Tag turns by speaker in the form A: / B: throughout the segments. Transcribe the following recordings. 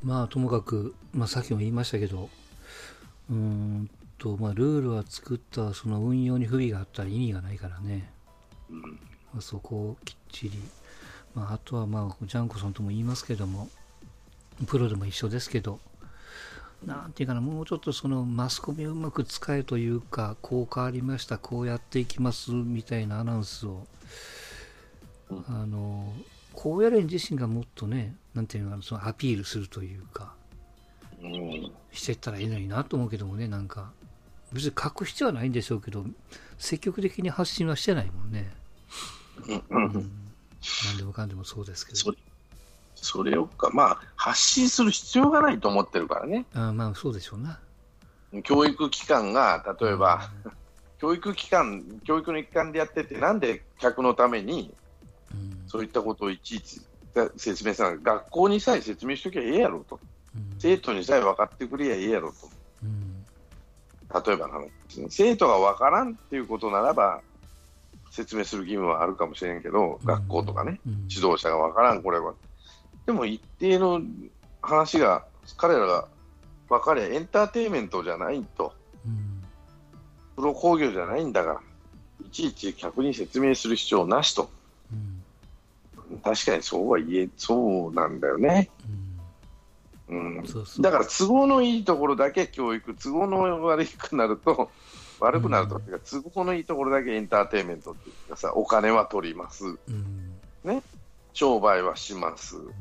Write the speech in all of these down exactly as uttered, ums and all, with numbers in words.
A: まあともかく、まあ、さっきも言いましたけど、うーんと、まあ、ルールは作ったその運用に不備があったら意味がないからね、
B: うん、
A: まあ、そこをきっちり、まあ、あとはまあジャンコさんとも言いますけども、プロでも一緒ですけど、なんていうかな、もうちょっとそのマスコミをうまく使えというか、こう変わりました、こうやっていきますみたいなアナウンスを、
B: うん、
A: あの高野連自身がもっとね、なんていうのかな、そのアピールするというか、
B: うん、
A: していったらいいのになと思うけどもね、なんか、別に隠してはないんでしょうけど、積極的に発信はしてないもんね。
B: うん、
A: うん。なんでもかんでもそうですけど。
B: それ、それをか、まあ、発信する必要がないと思ってるからね。
A: あまあ、そうでしょうな。
B: 教育機関が、
A: う
B: 例えば、
A: ん。
B: 教育機関、教育の一環でやってて、なんで客のために、
A: うん。
B: そういったことをいちいち説明するのか、学校にさえ説明しときゃええやろと。
A: うん。
B: 生徒にさえ分かってくれやええやろと。
A: うん。
B: 例えばの話ですね、生徒が分からんっていうことならば、説明する義務はあるかもしれんけど、
A: うん。
B: 学校とかね、
A: うん。
B: 指導者が分からん、これは。でも一定の話が、彼らが分かりゃエンターテインメントじゃないと、
A: うん。
B: プロ工業じゃないんだから、いちいち客に説明する必要なしと。
A: うん。
B: 確かにそうは言え、そうなんだよね。
A: うん。
B: うん、
A: そうそう。
B: だから都合のいいところだけ教育、都合の悪くなると、悪くなると
A: うん。
B: っていうか、都合のいいところだけエンターテインメントっていうかさ、お金は取ります、
A: うん。
B: ね、商売はします、
A: うん。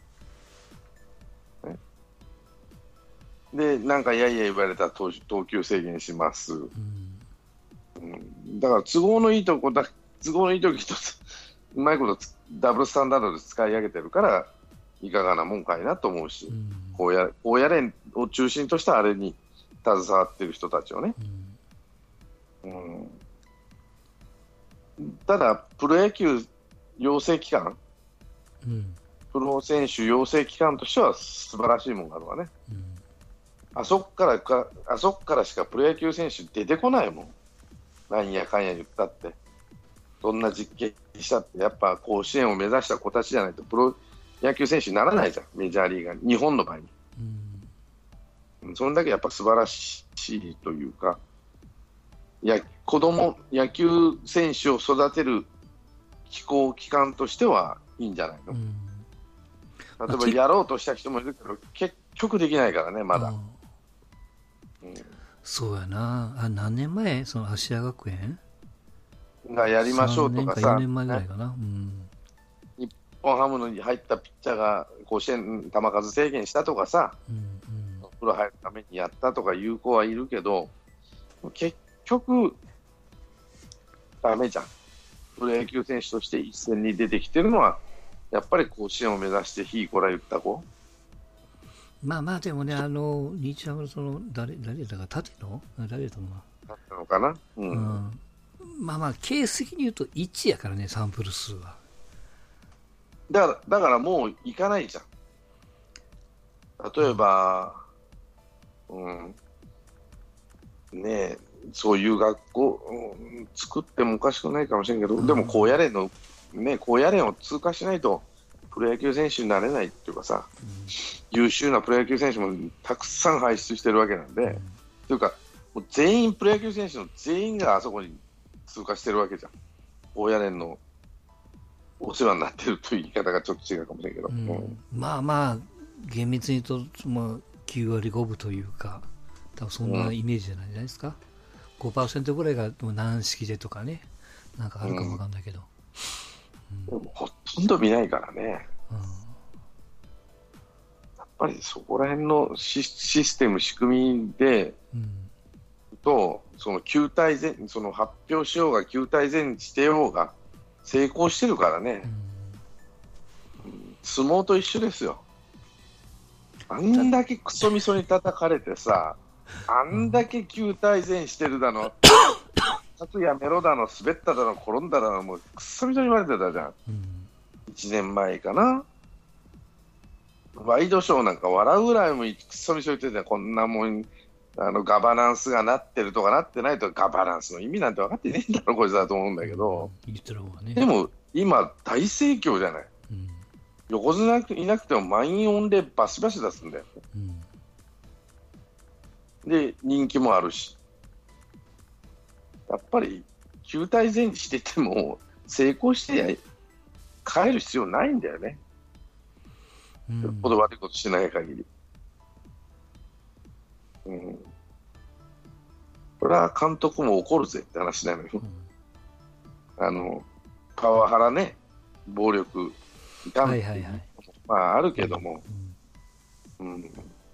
B: ね、で、なんかやいや言われたら等等級制限します、
A: うん。
B: うん、だから都合のいいとこだ、都合のいいとき一つ、うまいことつダブルスタンダードで使い上げてるから、いかがなもんかいなと思うし、
A: うん。
B: こうや高野連を中心としたあれに携わっている人たちをね、
A: うん。
B: うん、ただ、プロ野球養成機関、
A: うん。
B: プロ選手養成機関としては素晴らしいものがあるわね。
A: うん。
B: あそこからか、あそこからしかプロ野球選手出てこないもん。なんやかんや言ったって。どんな実験したって、やっぱ甲子園を目指した子たちじゃないとプロ野球選手にならないじゃん、メジャーリーガー、日本の場合に。
A: うん。
B: それだけやっぱ素晴らしいというか、や子供野球選手を育てる機構機関としてはいいんじゃないの。
A: うん。
B: 例えばやろうとした人もいるけど結局できないからね、まだ。うん、
A: そうやな。あ、何年前その芦屋学園
B: がやりましょ
A: 3年か
B: うとかさ、
A: よねんまえぐらい
B: ね、
A: かな。うん。
B: 日本ハムに入ったピッチャーが甲子園球数制限したとかさ、
A: うん。
B: プロ入るためにやったとかいう子はいるけど、結局ダメじゃん。プロ野球選手として一戦に出てきてるのはやっぱり甲子園を目指してひいこら言った子。
A: まあまあでもね、あの、日ハムのその、誰、誰だか、縦野誰だったのか
B: だったのかな、う
A: な。う
B: ん、
A: ん。まあまあ、ケース的に言うといちやからね、サンプル数は。
B: だからだからもう行かないじゃん。例えば、うんねえ、そういう学校、うん、作ってもおかしくないかもしれんけど、
A: うん。
B: でも高野連の、ね、高野連を通過しないとプロ野球選手になれないっていうかさ、優秀なプロ野球選手もたくさん輩出してるわけなんで、というかもう全員プロ野球選手の全員があそこに通過してるわけじゃん。高野連のお世話になってるという言い方がちょっと違うかもしれんけど、
A: う
B: うん
A: ん。まあまあ、厳密に言うと、まあ、きゅう割ごぶというか、多分そんなイメージじゃないじゃないですか。ごパーセントぐらいが軟式でとかね、なんかあるかもわかんないけど。
B: うん、ほとんど見ないからね。
A: うん。
B: やっぱりそこら辺のシ、システム、仕組みで
A: うん。
B: と、その球体前、その発表しようが球体前してようが成功してるからね、
A: うん。
B: 相撲と一緒ですよ。あんだけクソみそに叩かれてさ、あんだけ球体前してるだの、かつやめろだの、滑っただの、転んだだの、もうクソみそに言われてたじゃん。
A: うん。
B: いちねんまえかな。ワイドショーなんか笑うぐらいもクソみそ言ってて、こんなもん、あのガバナンスがなってるとかなってないとか、ガバナンスの意味なんて分かってねえんだろこいつだと思うんだけど、
A: 言ってる方がね。
B: でも今大盛況じゃない。
A: うん。
B: 横綱いなくても満員御礼バシバシ出すんだよ。
A: うん、
B: で、人気もあるし。やっぱり、球体前にしてても、成功して帰る必要ないんだよね。
A: うん、
B: よっぽど悪いことしない限り。うん。これは監督も怒るぜって話なのよ。
A: うん、
B: あの、パワハラね、暴力、いかんっていう、
A: はいはいはい、
B: まああるけども、うん、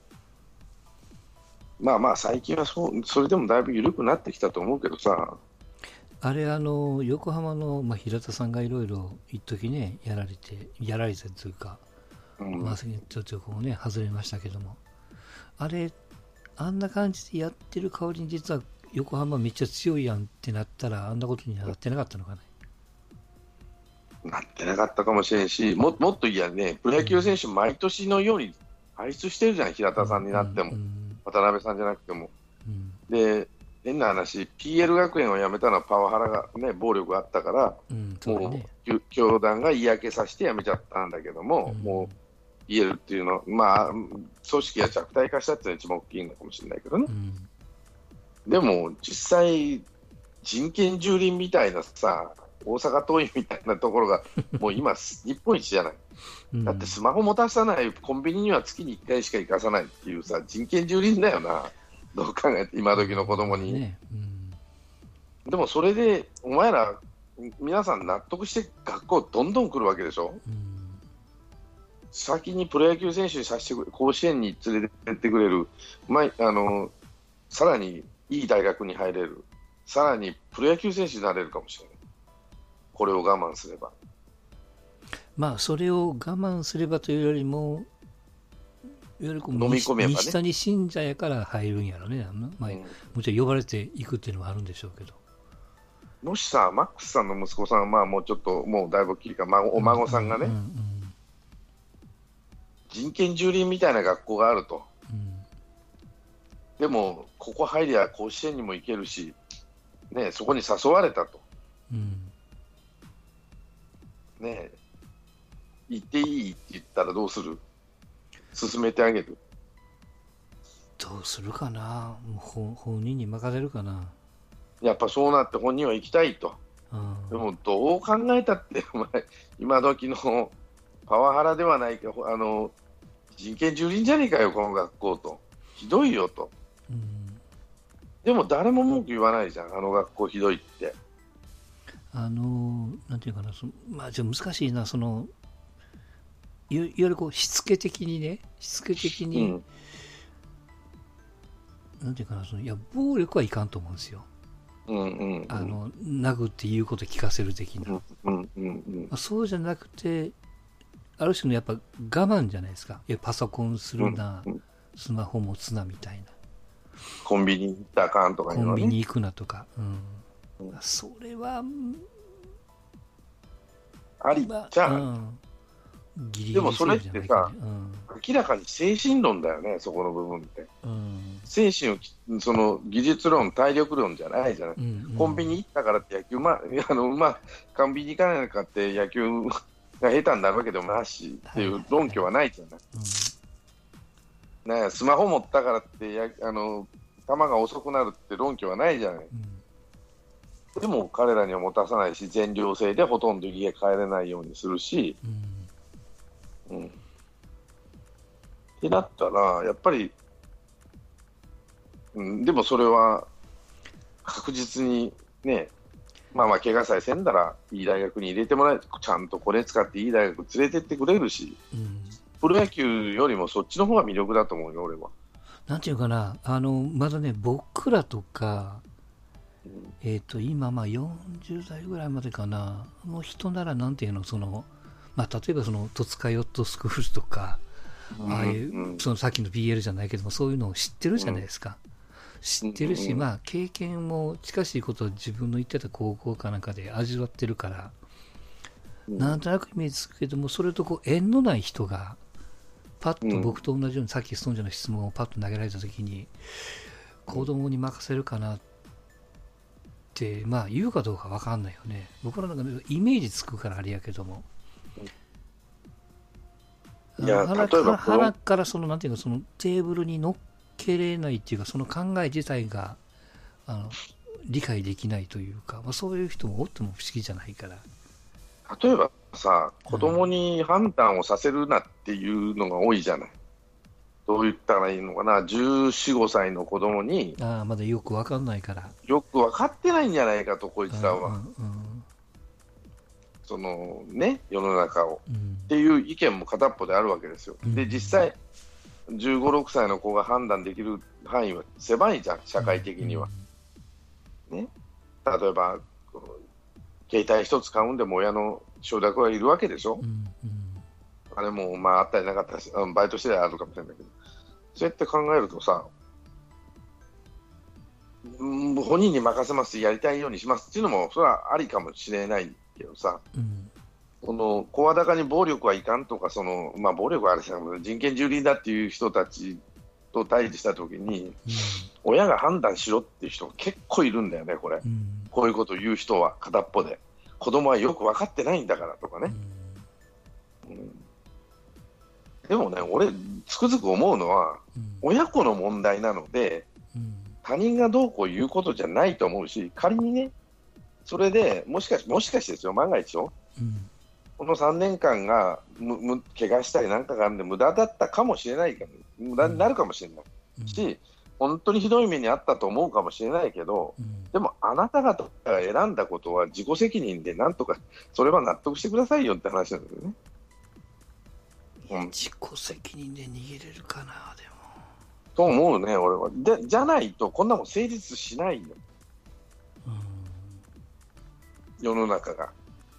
B: まあまあ最近はそう、それでもだいぶ緩くなってきたと思うけどさ。
A: あれ、あの横浜の、まあ、平田さんがいろいろ一時ねやられてやられてというか、
B: うん、
A: まあ、ちょっとこうね外れましたけども、あれあんな感じでやってる代わりに実は横浜めっちゃ強いやんってなったらあんなことにはなってなかったのかね。
B: なってなかったかもしれんし、も、もっといやね、プロ野球選手毎年のように輩出してるじゃん、平田さんになっても、
A: うん、
B: 渡辺さんじゃなくても。
A: うん、
B: で、変な話、ピーエル 学園を辞めたのはパワハラが、ね、暴力があったから、
A: うん、そうだ
B: も
A: ね、
B: う教団が嫌気させて辞めちゃったんだけども、
A: うん、
B: もう ピーエル っていうの、まあ、組織が弱体化したっていうのが一番大きいのかもしれないけどね。
A: うん、で
B: でも実際、人権蹂躙みたいなさ、大阪桐蔭みたいなところが、もう今、日本一じゃない。だってスマホ持たさないコンビニには月にいっかいしか行かさないっていうさ、人権蹂躙だよな、どう考えて、今時の子供に。
A: ね、うん、
B: でもそれで、お前ら、皆さん納得して学校どんどん来るわけでしょ。
A: うん、
B: 先にプロ野球選手にさせてくれ、甲子園に連れてってくれる、まあ、あのさらにいい大学に入れる、さらにプロ野球選手になれるかもしれない。これを我慢すれば。
A: まあそれを我慢すればというよりも、いわゆるこう
B: 飲み込めばね、
A: 西谷信者やから入るんやろね、まあ、うん、もちろん呼ばれていくっていうのはあるんでしょうけど、
B: もしさ、マックスさんの息子さんは、まあ、もうちょっと、もうだいぶきりか、孫お孫さんがね、うんうんうん、人権蹂躙みたいな学校があると、うん、でも、ここ入りゃ甲子園にも行けるし、ね、そこに誘われたと、うん、ね、行っていいって言ったらどうする？進めてあげる？
A: どうするかな、もう本人に任せるかな。
B: やっぱそうなって本人は行きたいと、うん、でもどう考えたってお前今時のパワハラではないけど、あの人権蹂躙じゃねえかよこの学校と、ひどいよと、うん、でも誰も文句言わないじゃん、あの学校ひどいって。
A: あのなんていうかな、その、まあ、じゃ難しいな、そのいわゆるこうしつけ的にね、しつけ的に、うん、なんていうかな、そのいや暴力はいかんと思うんですよ。うんうんうん、あの殴って言うこと聞かせる的な、うんうんうん、まあ、そうじゃなくて、ある種のやっぱ我慢じゃないですか。いやパソコンするな、うんうん、スマホ持つなみたいな、
B: コンビニ行ったらあかんとか、ね、
A: コンビニ行くなとか、うんうん、それは
B: ありじゃあ、うんギリギリでもそれってさ、うん、明らかに精神論だよね、そこの部分って。うん、精神を、その技術論、体力論じゃないじゃない、うんうん、コンビニ行ったからって野球、まあのまあ、コンビニ行かないかって野球が下手になるわけでもなしっていう論拠はないじゃない。はいはいはい、ね、スマホ持ったからってやあの球が遅くなるって論拠はないじゃない。うん、でも彼らには持たさないし、全寮制でほとんど家帰れないようにするし。うんうん、ってなったら、やっぱり、うん、でもそれは確実にね、まあまあ、怪我さえせんだらいい大学に入れてもらえ、ちゃんとこれ使っていい大学連れてってくれるし、うん、プロ野球よりもそっちの方が魅力だと思うよ、俺は。
A: なんていうかな、あのまだね、僕らとか、うん、えーと今、まあよんじゅう代ぐらいまでかな、の人なら、なんていうの、その、まあ、例えばその戸塚ヨットスクールとか、うん、ああいう、うん、そのさっきの ビーエル じゃないけども、そういうのを知ってるじゃないですか。うん、知ってるし、うん、まあ経験も近しいことを自分の行ってた高校かなんかで味わってるから、うん、なんとなくイメージつくけども、それとこう縁のない人がパッと僕と同じように、さっきストンジャの質問をパッと投げられた時に、子供に任せるかなって、まあ言うかどうか分かんないよね。僕らの中でイメージつくからあれやけども、
B: いや、
A: 鼻
B: 例えば子供
A: 鼻からその、なんていうか、そのテーブルに乗っけれないっていうか、その考え自体が、あの、理解できないというか、まあ、そういう人もおっても不思議じゃないから。
B: 例えばさ、子供に判断をさせるなっていうのが多いじゃない。どう言ったらいいのかな、じゅうよん、ごさいの子供に、
A: ああ、まだよくわかんないから。
B: よく分かってないんじゃないかと、こいつらは、
A: うんうん
B: そのね、世の中を。
A: うん
B: っていう意見も片っぽであるわけですよ。
A: うん
B: で、実際、じゅうご、ろくさいの子が判断できる範囲は狭いじゃん、社会的には。ね、例えば、携帯一つ買うんでも親の承諾はいるわけでしょ。
A: うんうん
B: あれもまああったりなかったし、バイトしてりゃあるかもしれないけど、そうやって考えるとさ、うん本人に任せます、やりたいようにしますっていうのも、それはありかもしれないけどさ、
A: うん
B: この声高に暴力はいかんとか、そのまあ、暴力はあれしな人権蹂躙だっていう人たちと対峙したときに、親が判断しろっていう人が結構いるんだよね、これ、
A: うん
B: こういうことを言う人は片っぽで、子供はよく分かってないんだからとかね。うんでもね、俺、つくづく思うのは、
A: うん
B: 親子の問題なので、
A: うん
B: 他人がどうこう言うことじゃないと思うし、仮にね、それでもしかし、もしかしてですよ、万が一よ、
A: うん
B: このさんねんかんがむむ怪我したりなんかがあるんで、無駄だったかもしれないけど、無駄になるかもしれない、
A: うん
B: し、本当にひどい目にあったと思うかもしれないけど、
A: うん
B: でもあなた方が選んだことは自己責任で、なんとかそれは納得してくださいよって話なんですよね。うん
A: 自己責任で逃げれるかな、でも。
B: と思うね、俺は。でじゃないと、こんなもん成立しないよ、
A: うん
B: 世の中が。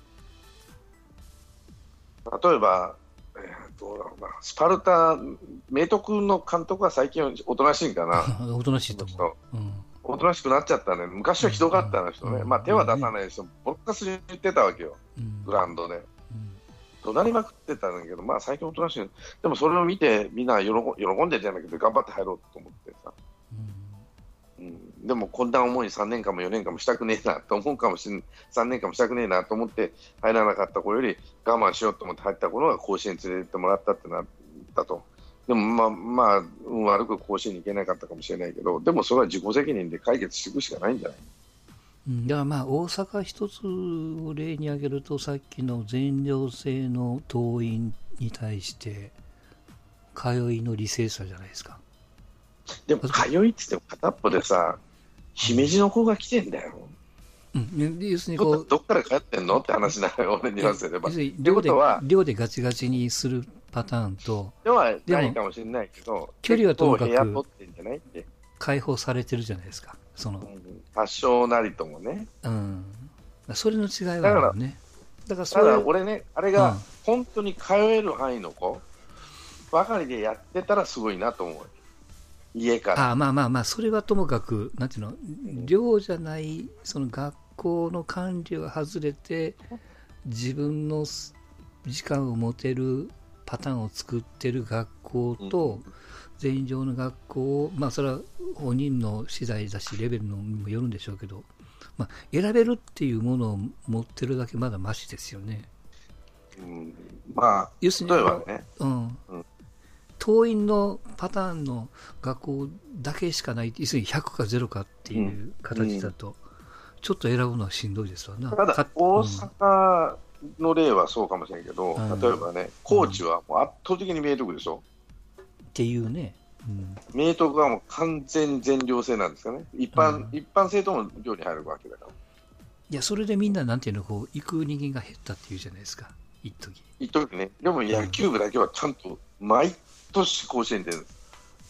B: 例えば、えーどうだろうな、スパルタ、明徳の監督は最近はおとなしいんかな、
A: おとなしいと思う。うん
B: おとなしくなっちゃったね、昔はひどかったの人ね、
A: うん
B: まあ、手は出さない人、ボロカスに言ってたわけよ、
A: うん
B: グラウンドで。
A: うん
B: 怒鳴りまくってたんだけど、まあ、最近おとなしい。でもそれを見て、みんな喜喜んでるじゃなくて、頑張って入ろうと思ってさ。うん、でもこんな思いさんねんかんもよねんかんもしたくねえなと思うかもしれない、さんねんかんもしたくねえなと思って入らなかった子より我慢しようと思って入った子が甲子園に連れてってもらったってなったと。でもまあまあ、運悪く甲子園に行けなかったかもしれないけど、でもそれは自己責任で解決していくしかないんじゃない。
A: うんだからまあ大阪一つを例に挙げると、さっきの全寮制の党員に対して通いの履正社じゃないですか。
B: でも通いって言っても片っぽでさ、姫路の子が来てんだよ。
A: うん、で要するにこう
B: どどっから帰ってんのって話なのよ、俺に言わせれば。
A: 要するに
B: って
A: 寮で
B: ことは
A: 寮でガチガチにするパターンと、
B: ではないかもしれないけど、
A: 距離はともかく
B: 結構部屋取ってんじゃないって、
A: 解放されてるじゃないですか、その、
B: うん多少なりともね。
A: うん、それの違いはあるよね。だからそ
B: た
A: れ
B: だ俺ね、あれ
A: うん
B: が本当に通える範囲の子ばかりでやってたらすごいなと思う。家から。
A: あまあまあまあ、それはともかく、なんていうの、寮じゃない、その学校の管理を外れて、自分の時間を持てるパターンを作ってる学校と、全員上の学校を、まあそれは本人の次第だし、レベルのにもよるんでしょうけど、まあ、選べるっていうものを持ってるだけまだマシですよね。
B: うんまあ、
A: 要するに
B: 例えばね、
A: うん
B: うん
A: 党員のパターンの学校だけしかない、要するにひゃくかゼロかっていう形だと、ちょっと選ぶのはしんどいですわな。
B: ただ
A: か
B: 大阪の例はそうかもしれないけど、
A: うん
B: 例えばね、高知はもう圧倒的に明徳でしょ。
A: っていうね、うん
B: 明徳はもう完全全寮制なんですかね。一般、
A: うん
B: 一般生徒も寮に入るわけだから。
A: いやそれでみんななんていうの、こう行く人間が減ったっていうじゃないですか、一時、
B: 一時ね、でも野球部だけはちゃんと毎年甲子園出るんです。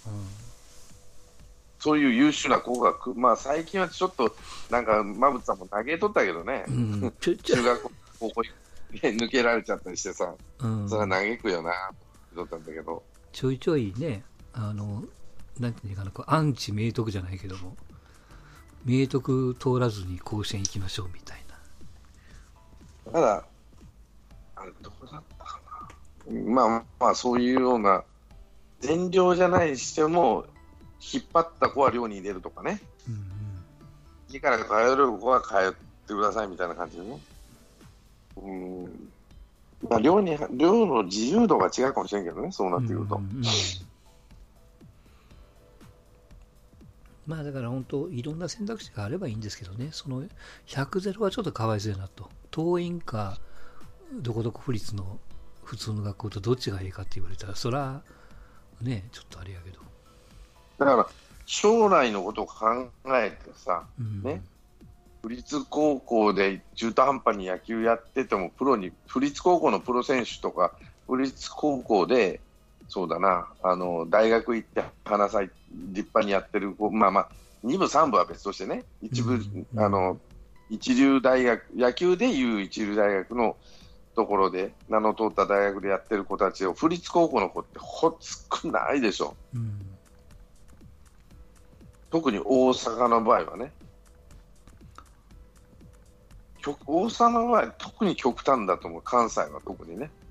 B: そういう優秀な子がく、まあ最近はちょっと、なんか、馬淵さんも投げとったけどね、
A: うんうんちょちょ
B: 中学校、高校に抜けられちゃったりしてさ、
A: うん
B: それは嘆くよなと思ったんだけど、
A: ちょいちょいね、あのなんていうのかな、こうアンチ明徳じゃないけども、明徳通らずに甲子園行きましょうみたいな。
B: ただ、あれ、どこだったかな、まあまあ、そういうような、全寮じゃないにしても、引っ張った子は寮に入れるとかね、
A: うんうん
B: 家から通える子は通ってくださいみたいな感じでね。うんまあ、量に量の自由度が違うかもしれんけどね、そうなってくると。
A: うんうんうん、まあだから本当いろんな選択肢があればいいんですけどね、そのひゃくゼロはちょっとかわいそうやなと。党員かどこどこ府立の普通の学校とどっちがいいかって言われたら、そらねちょっとあれやけど、
B: だから将来のことを考えてさ、
A: うん
B: ね、府立高校で中途半端に野球やっててもプロに、府立高校のプロ選手とか府立高校でそうだな、あの大学行って花咲い立派にやってる子、まあまあに部さん部は別としてね、一部、
A: うんうん、
B: あの一流大学、野球でいう一流大学のところで名の通った大学でやってる子たちを府立高校の子ってほ少ないでしょ、
A: うん、
B: 特に大阪の場合はね。極大阪の場合は特に極端だと思う、関西は特にね。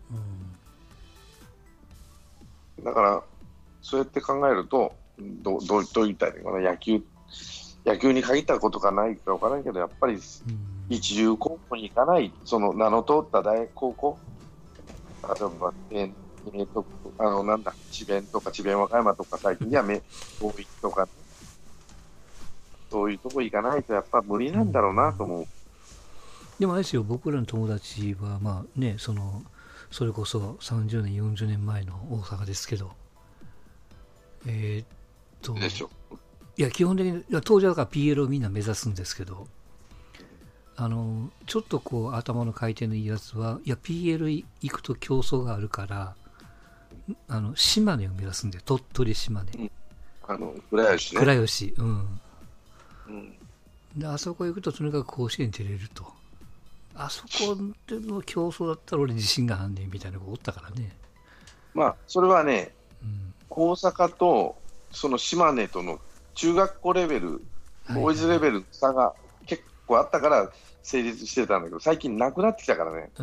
A: うん、
B: だからそうやって考えると、どどうどう言ったらいいのかな、野球野球に限ったことがないか分からんけど、やっぱり一流高校に行かない、その名の通った大学高校、例えば、えー、とあのなんだ智弁とか智弁和歌山とか、最近では明徳とか、ね、そういうとこ行かないとやっぱ無理なんだろうなと思う。
A: でもあれですよ、僕らの友達はまあね、そのそれこそさんじゅうねんよんじゅうねんまえの大阪ですけど、えー、っと
B: でしょ。
A: いや基本的に、いや当時はだから ピーエル をみんな目指すんですけど、あのちょっとこう頭の回転のいいやつは、いや ピーエル 行くと競争があるから、あの島根を目指すんで、鳥取島根、うん、
B: あの倉吉ね、
A: 倉吉、うん、
B: うん、
A: であそこ行くととにかく甲子園に出れると、あそこでの競争だったら俺自信があんねんみたいな子おったからね。
B: まあそれはね、
A: うん、
B: 大阪とその島根との中学校レベル、ボーイズレベルの差が結構あったから成立してたんだけど、最近なくなってきたからね、
A: うん、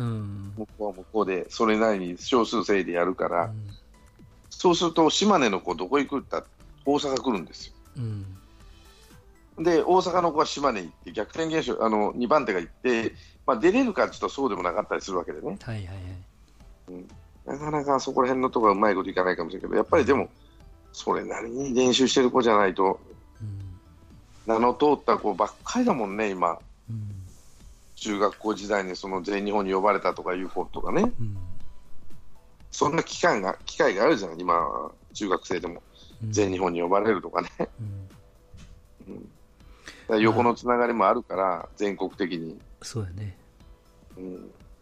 B: 向こうは向こうでそれなりに少数制でやるから、
A: うん、
B: そうすると島根の子どこ行くって言ったら大阪来るんですよ、
A: うん、
B: で大阪の子は島根行って逆転現象、あのにばん手が行って、まあ、出れるかちょっとそうでもなかったりするわけでね、
A: はいはいはい、
B: うん、なかなかそこら辺のところはうまいこといかないかもしれないけど、やっぱりでもそれなりに練習してる子じゃないと、うん、名の通った子ばっかりだもんね今、うん、中学校時代にその全日本に呼ばれたとかいう子とかね、うん、そんな機会が機会があるじゃん今、中学生でも全日本に呼ばれるとかね、うんうん、だから横のつながりもあるから全国的に、
A: そうやね、
B: うん、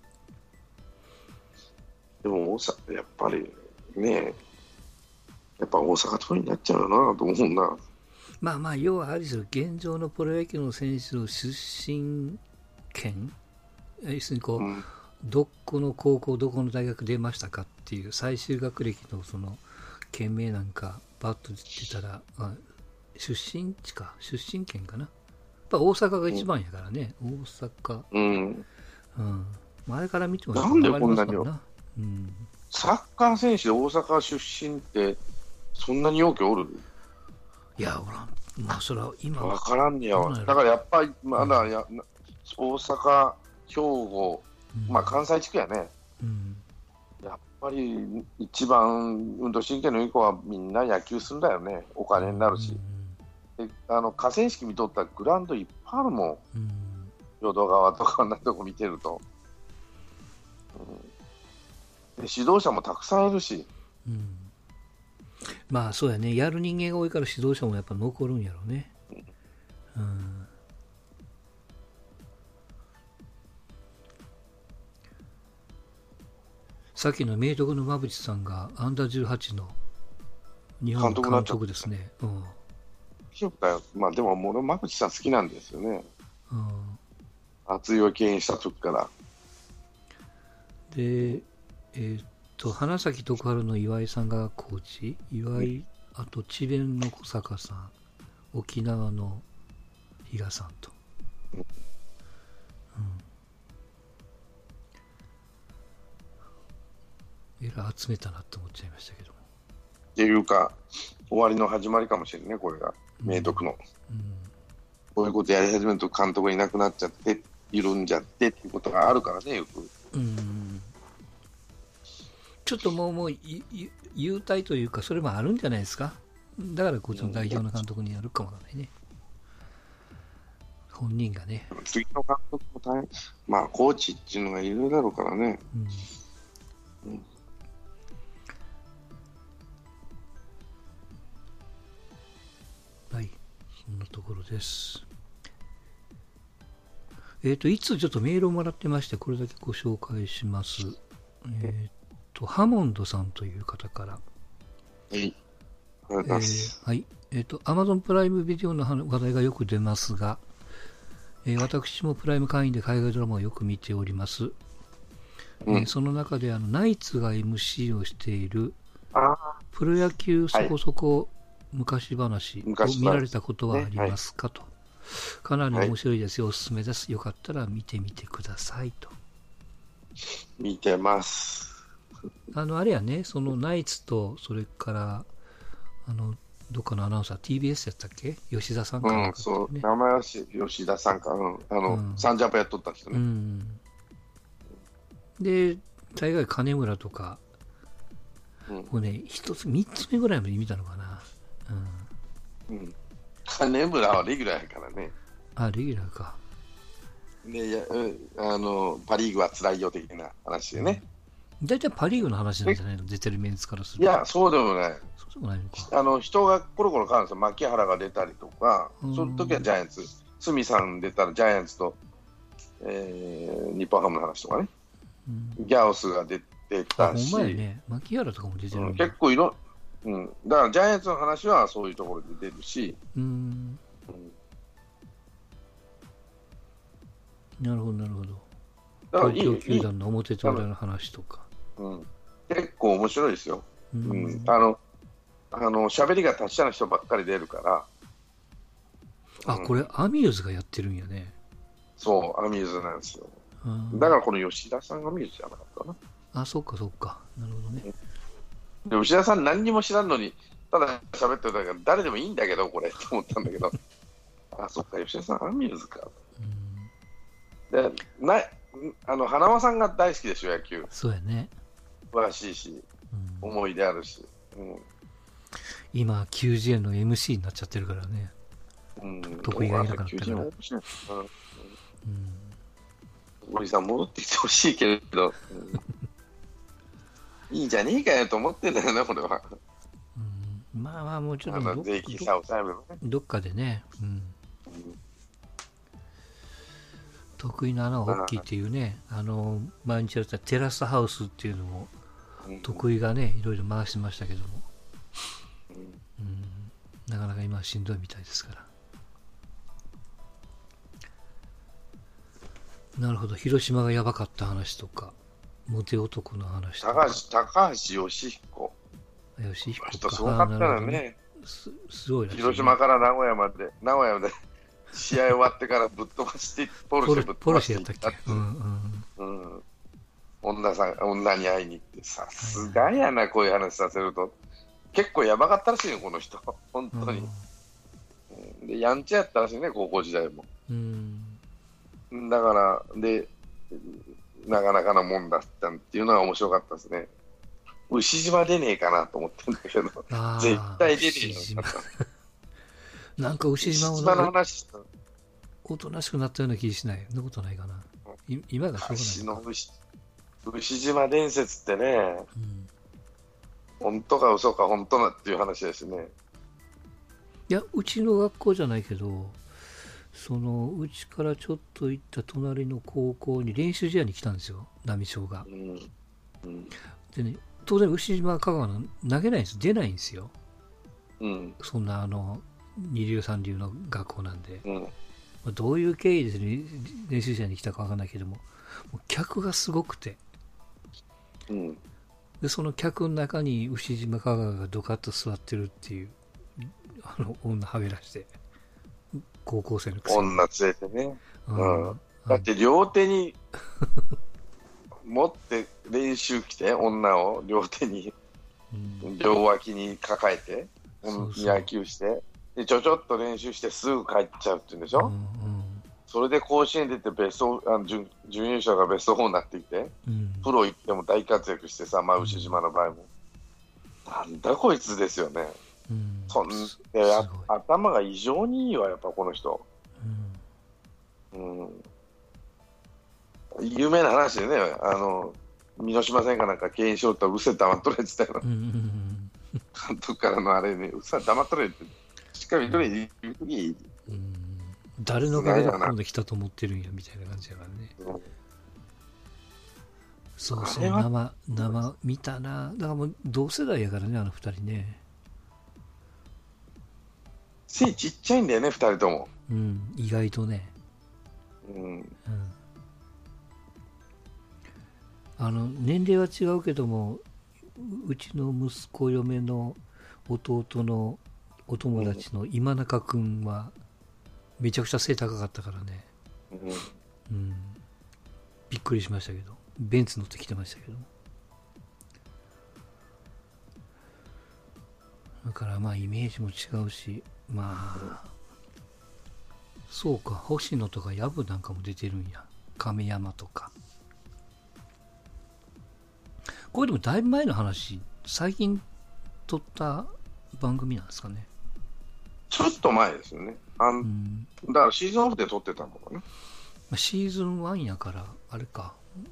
B: でも大阪やっぱりね、やっぱ大阪遠いになっちゃうよなと思うな。
A: まあまあ要はあれですよ、現状のプロ野球の選手の出身県、要するにこう、うん、どこの高校どこの大学出ましたかっていう最終学歴のその県名なんかバッと出たら、あ、出身地か出身県かな、やっぱ大阪が一番やからね、うん、大阪、うん、うん、前から見ても
B: なんでこんなに、うん、サッカー選手で大阪出身ってそんなに多くおる？
A: いや、ほら、まあ、それは今
B: 分からんねやわ。だからやっぱりまだや、うん、大阪、兵庫、うん、まあ関西地区やね、うん、やっぱり一番運動神経のいい子はみんな野球するんだよね、お金になるし、うん、であの河川敷見とったらグラウンドいっぱいあるもん、うん、淀川とかあんなとこ見てると、うん、で指導者もたくさんいるし、うん、
A: まあそうやね、やる人間が多いから指導者もやっぱ残るんやろうね、うん、さっきの明徳の馬淵さんがアンダーじゅうはちの日本の監督ですね。うん、
B: まあでも俺馬淵さん好きなんですよね、うん、熱いを経営した時から。
A: で、えー、っと花咲徳栄の岩井さんがコーチ、岩井、あと智弁の小坂さん、沖縄の比嘉さんと、うん、えらい集めたなと思っちゃいましたけども。
B: っていうか終わりの始まりかもしれないね、これが明徳の、うんうん、こういうことやり始めると監督がいなくなっちゃっているんじゃってっていうことがあるからね、よく。うん、
A: ちょっともう、もういい優待というか、それもあるんじゃないですか。だから、こっちの代表の監督になるかもわからないね。本人がね。
B: 次の監督も大変、まあ、コーチっていうのがいるだろうからね。
A: うん
B: うん
A: はい、そんなところです。えっと、いつちょっとメールをもらってまして、これだけご紹介します。えっと、ハモンドさんという方から。
B: はい。ありがとうございます。
A: はい。えっと、Amazon プライムビデオの話題がよく出ますが、えー私もプライム会員で海外ドラマをよく見ております。
B: うん
A: えーその中であのナイツが エムシー をしている
B: あ
A: プロ野球そこそこ昔話を
B: 昔話
A: 見られたことはありますかと。かなり面白いですよ、おすすめです。よかったら見てみてくださいと。
B: 見てます。
A: あの、あれやね、そのナイツと、それから、あの、どっかのアナウンサー、ティービーエス やったっけ吉田さんか
B: うん、
A: なんか
B: そう、
A: ね。
B: 名前はし吉田さんか、うん、あの、
A: うん
B: サンジャポやっとった人
A: う
B: ね。
A: ん。で、大概金村とか、
B: うん
A: こうね、一つ、三つ目ぐらいまで見たのかな。うん。
B: うん。金村はレギュラーやからね。
A: あ、レギュラーか。
B: で、いやうんあの、パ・リーグは辛いよ的な話でね。
A: 大体パ・リーグの話なんじゃないの出てるメンツからすると。
B: いや、そうでもない。
A: そうでもないのか。
B: あの、人がコロコロ変わるんですよ。牧原が出たりとか、
A: うん
B: その時はジャイアンツ。鷲見さん出たらジャイアンツと、えー、日本ハムの話とかね。
A: うん、
B: ギャオスが出て
A: あ、ほん
B: たし、
A: まやね。牧原とかも出てる
B: うんん、
A: だ。
B: 結構いろ、うん、だからジャイアンツの話はそういうところで出るし、
A: うん。
B: うん
A: なるほど、なるほど。
B: だからいい
A: 東京
B: いい
A: 球団の表と裏の話とか。
B: うん、結構面白いですよ。
A: う
B: うんん、あの、あの喋りが達者な人ばっかり出るから、
A: あ、これ、アミューズがやってるんやね。
B: そう、アミューズなんですよ。
A: うん
B: だからこの吉田さんがアミューズじゃなかったかな。
A: あ、そっかそっか。なるほどね。
B: で吉田さん何にも知らんのに、ただ喋ってるだけだから誰でもいいんだけど、これって思ったんだけど、あ、そっか、吉田さんアミューズか。
A: うん、
B: でなあの花輪さんが大好きでしょ、野球。
A: そうやね。
B: 詳しいし、
A: うん、
B: 思い出あるし。うん
A: 今、きゅうじゅうえんの エムシー になっちゃってるからね。
B: うん、
A: 得意がいなかったから
B: きゅうじゅうえん面白いうん
A: うん
B: 森さん戻ってきてほしいけれど、うんいいじゃねえかよと思ってんだよな、これは。
A: うん、まあまあ、もうちょっとど
B: あの税金さ、抑えるのね。
A: どっかでね、うん、
B: うん
A: 得意な穴は大きいっていうね、あの毎日やったテラスハウスっていうのも
B: うん
A: 得意がね、いろいろ回してましたけども、
B: うん
A: うん、なかなか今はしんどいみたいですから。なるほど、広島がやばかった話とか、モテ男の話とか。
B: 高橋、高橋義彦。
A: よし、
B: この人すごかったよね。
A: すすごいらしいね、
B: 広島から名古屋まで、名古屋で試合終わってからぶっ飛ばして、ポルシェぶっ
A: ポル
B: 飛ばして
A: シェやったっけ、うんうん、
B: うん、女さん、女に会いに行って、さすがやな、こういう話させると。結構やばかったらしいよ、この人。本当に。うんで、やんちゃやったらしいね、高校時代も。
A: うん
B: だから、で、なかなかなもんだったっていうのが面白かったですね。牛島出ねえかなと思ってんだけど、
A: あー
B: 絶対出ねえよ
A: 牛島
B: な。
A: なんか牛島も
B: 牛島の
A: なんか
B: 話、
A: おとなしくなったような気しない。そんなことないかな。い今がしょう
B: 牛
A: がないのか。
B: の牛牛島伝説ってね、
A: うん
B: 本当か嘘か本当だっていう話ですね。
A: いや、うちの学校じゃないけど、そのうちからちょっと行った隣の高校に練習試合に来たんですよ、波長が。
B: うんうん
A: でね、当然、牛島香川の投げないんです、出ないんですよ、
B: うん
A: そんなあの二流三流の学校なんで、
B: うん
A: まあどういう経緯で練習試合に来たかわかんないけども、もう客がすごくて、
B: うん
A: でその客の中に牛島香川がドカッと座ってるっていう、あの女はげらして、高校生のくせに。
B: 女連れてね。
A: うん
B: うんだって両手に持って練習来て、女を両手に
A: うん
B: 両脇に抱えて、
A: そうそう
B: 野球してで、ちょちょっと練習してすぐ帰っちゃうって言うんでしょ、
A: うん
B: それで甲子園出てベストあの 準, 準優勝がベストよんになってきて、うん、プロ行っても大活躍してさ、まあ、牛島の場合も、うん、なんだこいつですよね、うん、そんで頭が異常にいいわ、やっぱこの人、うんうん、有名な話でね、あの見逃しませんかなんか敬遠しろってうっせ黙っとれって言ったよ、うんうんうん、監督からのあれね、うっさ黙っとれってしっかり見とれって言うとき、うん、
A: 誰のおかげでここまで来たと思ってるんやみたいな感じやからね、うん、そうそう、生生見たな。だからもう同世代やからね、あの二人ね。
B: 背ちっちゃいんだよね、二人とも。
A: うん、意外とね。
B: うん、うん、
A: あの年齢は違うけども、うちの息子嫁の弟のお友達の今中君はめちゃくちゃ背高かったからね、うんうん、びっくりしましたけど、ベンツ乗ってきてましたけど、だからまあイメージも違うし、まあそうか、星野とか薮なんかも出てるんや、亀山とか。これでもだいぶ前の話、最近撮った番組なんですかね。
B: ちょっと前ですよね。あん、うん、だからシーズンオフで撮ってたのかな。
A: シーズンワンやからあれか、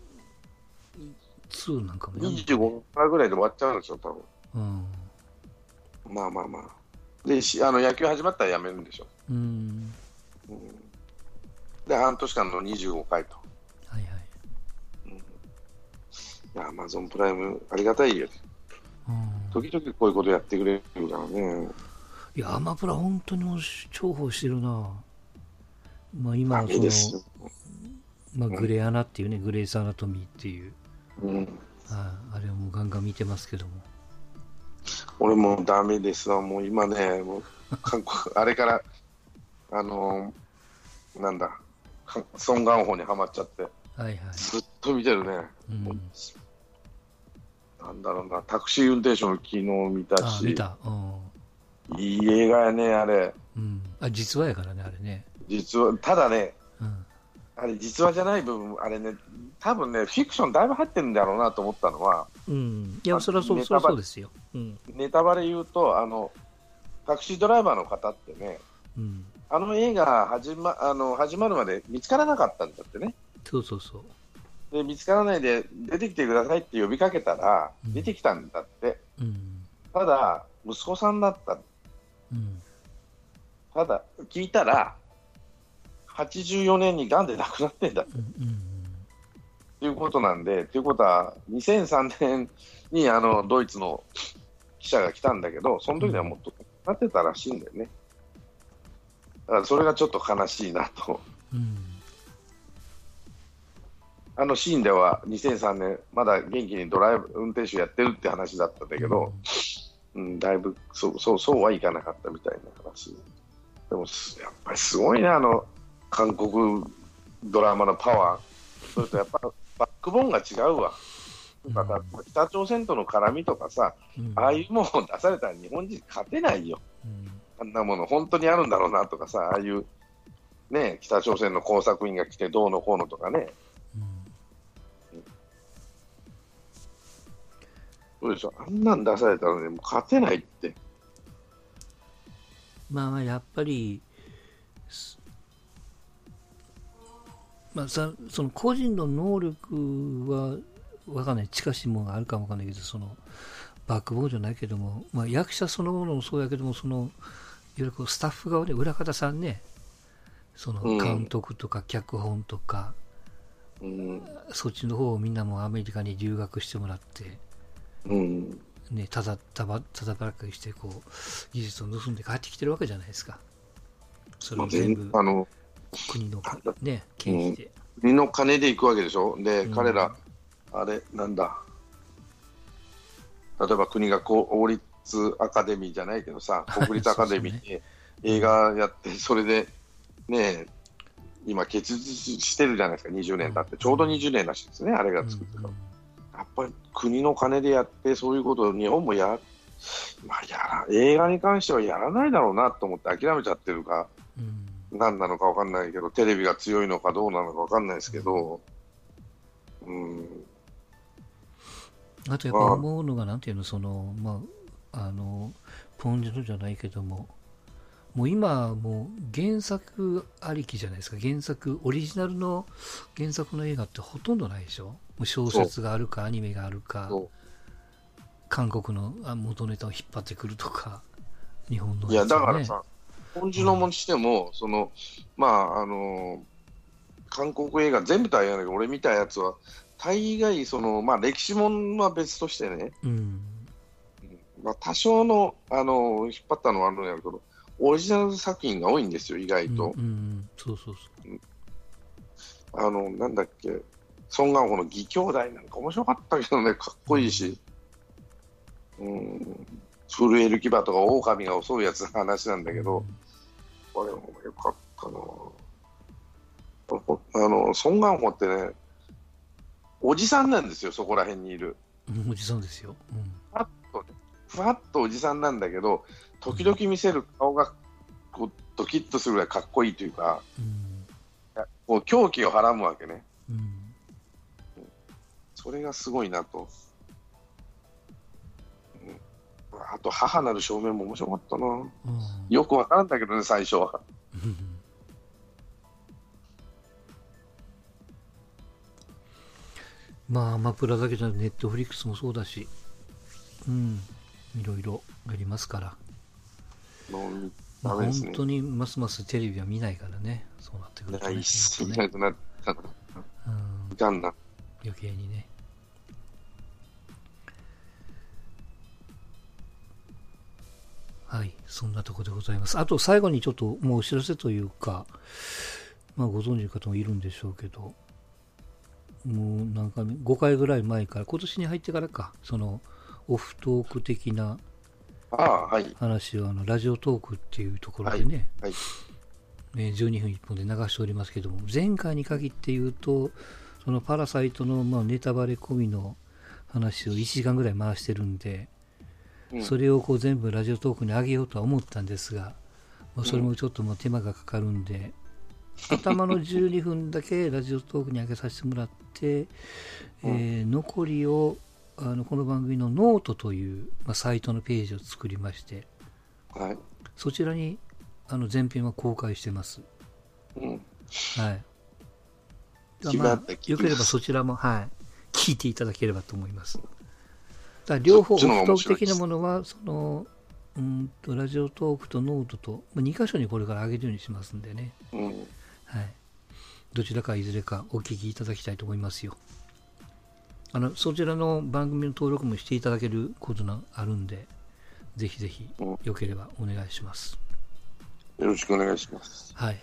A: ツーなんかもや
B: るのか、ね、にじゅうごかいぐらいで終わっちゃうんですよ多分、うん、まあまあまあであの野球始まったらやめるんでしょ、うんうん、で半年間のにじゅうごかいと、はいはい、うん、いやアマゾンプライムありがたいよ、うん、時々こういうことやってくれるからね。
A: いやアマプラ本当に重宝してるな。まあ今はそのまあ、グレーアナっていうね、うん、グレースアナトミーっていう、うん、あ, あれをもうガンガン見てますけども。
B: 俺もうダメですわ、もう今ね、もう韓国あれからあのー、なんだソン・ガンホにはまっちゃって、はいはい、ずっと見てるね、うん、なんだろうな、タクシー運転手も昨日見たし、
A: あ見た、
B: うん、いい映画やねあれ、
A: うん、あ実話やからねあれね、
B: 実話ただね、うん、あれ実話じゃない部分あれね、多分ねフィクションだいぶ入ってるんだろうなと思ったのは、
A: うん、いやそれは そ, そ, そうですよ、うん、
B: ネタバレ言うとあのタクシードライバーの方ってね、うん、あの映画始 ま, あの始まるまで見つからなかったんだってね。
A: そうそうそう
B: で見つからないで出てきてくださいって呼びかけたら、うん、出てきたんだって、うん、ただ息子さんだった、うん、ただ聞いたらはちじゅうよねんにがんで亡くなってんだって、うんうん、ということなんで、ということはにせんさんねんにあのドイツの記者が来たんだけど、その時にはもっとなってたらしいんだよね。だからそれがちょっと悲しいなと、うん、あのシーンではにせんさんねんまだ元気にドライブ運転手やってるって話だったんだけど、うんうん、だいぶそうそうそうはいかなかったみたいな話でも、やっぱりすごいね、あの韓国ドラマのパワー。それとやっぱバックボーンが違うわ。また北朝鮮との絡みとかさ、うん、ああいうものを出されたら日本人勝てないよ、うん、あんなもの本当にあるんだろうなとかさ、ああいうね北朝鮮の工作員が来てどうのこうのとかね、うん、そうでしょ、あんなん出されたらねもう勝てないって。
A: まあやっぱりまあ、さその個人の能力は分かんない、近しいものがあるかも分かんないけど、そのバックボーンじゃないけども、まあ、役者そのものもそうやけども、そのいわゆるこうスタッフ側で裏方さんね、その監督とか脚本とか、うん、そっちの方をみんなもアメリカに留学してもらって、うんね、ただたばただばらかりしてこう技術を盗んで帰ってきてるわけじゃないですか。それを全部、まあ、あの国の、ね、経費で、
B: うん、国の金で行くわけでしょ。で、うん、彼らあれなんだ、例えば国が公立アカデミーじゃないけどさ、国立アカデミーで映画やってそれでね今結実してるじゃないですか。にじゅうねん経ってちょうどにじゅうねんらしいですね、あれが作ってた、うんうん、やっぱり国の金でやってそういうことを日本もや、まあ、やら映画に関してはやらないだろうなと思って諦めちゃってるか、うん何なのか分かんないけど、テレビが強いのかどうなのか分かんないですけど、うん、
A: あとやっぱ思うのが、なんていうの、その、まあ、あの、ポンジュノじゃないけども、もう今、もう原作ありきじゃないですか。原作、オリジナルの原作の映画ってほとんどないでしょ。もう小説があるか、アニメがあるか、韓国の元ネタを引っ張ってくるとか、日本の、ね。
B: いや、だからさ、ポンジュノもしても、うん、その、まあ、あの、韓国映画、全部大変だけど、俺見たやつは、大概、その、まあ、歴史もんは別としてね、うんまあ、多少の、あの、引っ張ったのはあるんやけど、オリジナル作品が多いんですよ、意外と。
A: うんうん、そうそうそう。
B: あの、なんだっけ、ソン・ガンホの義兄弟なんか面白かったけどね、かっこいいし、うん、震える牙とか狼が襲うやつの話なんだけど、これもよかったな。あの、ソン・ガンホってね、おじさんなんですよ、そこら辺にいる。
A: おじさんですよ。うん、
B: ふわっとね、ふわっとおじさんなんだけど、時々見せる顔がこうドキッとするぐらいかっこいいというか、うん、こう狂気をはらむわけね、うん、それがすごいなと、うん、あと母なる正面も面白かったな、うん、よくわからんだけどね最初は
A: まあアマプラだけじゃネットフリックスもそうだし、うんいろいろありますから、まあ、本当にますますテレビは見ないからね、そうなってくるとね。
B: 一切見なくなったな。うん。いかんな。
A: 余計にね。はい、そんなところでございます。あと最後にちょっともうお知らせというか、まあご存知の方もいるんでしょうけど、もうなんかごかいぐらい前から、今年に入ってからか、そのオフトーク的な話をあのラジオトークっていうところでね、はいはい、じゅうにふんいっぽんで流しておりますけども、前回に限って言うとそのパラサイトのまあネタバレ込みの話をいちじかんぐらい回してるんで、うん、それをこう全部ラジオトークに上げようとは思ったんですが、まあ、それもちょっともう手間がかかるんで、うん、頭のじゅうにふんだけラジオトークに上げさせてもらって、うんえー、残りをあのこの番組のノートという、まあ、サイトのページを作りまして、はい、そちらにあの前編は公開してます、うんはいまあ、よければそちらも、はい、聞いていただければと思います。だから両方オフトーク的なものはそのうんとラジオトークとノートと、まあ、に箇所にこれから上げるようにしますんでね、うんはい、どちらかいずれかお聞きいただきたいと思いますよ。あのそちらの番組の登録もしていただけることがあるんで、ぜひぜひよければお願いします、
B: うん、よろしくお願いします。はい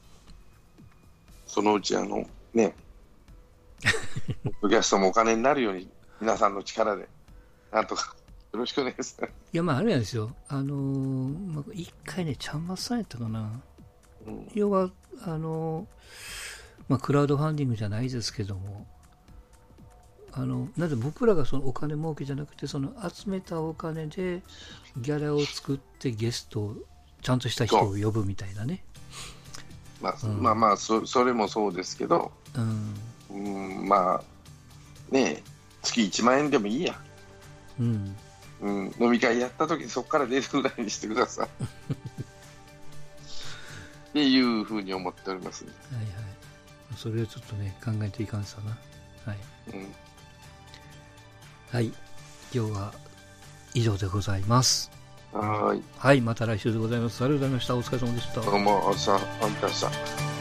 B: そのうちあのねポッドキャストもお金になるように皆さんの力でなんとかよろしくお願いします。
A: いやまああれなんですよ、あのー、まあ、一回ねちゃんまつさんやったかな、うん、要はあのー、まあクラウドファンディングじゃないですけども、あのなぜ僕らがそのお金儲けじゃなくて、その集めたお金でギャラを作ってゲストをちゃんとした人を呼ぶみたいなね、
B: まあ、うん、まあまあ そ, それもそうですけど、うん、うんまあねえ月いちまんえんでもいいや、うんうん、飲み会やった時にそこから出るぐらいにしてくださいっていうふうに思っております、ね、はいはい
A: それをちょっとね考えていかんさな。はい、うんはい、今日は以上でございます。
B: はい、
A: はい、また来週でございます。ありがとうございました。お疲れ様でした。
B: どうも、お疲れ様でした。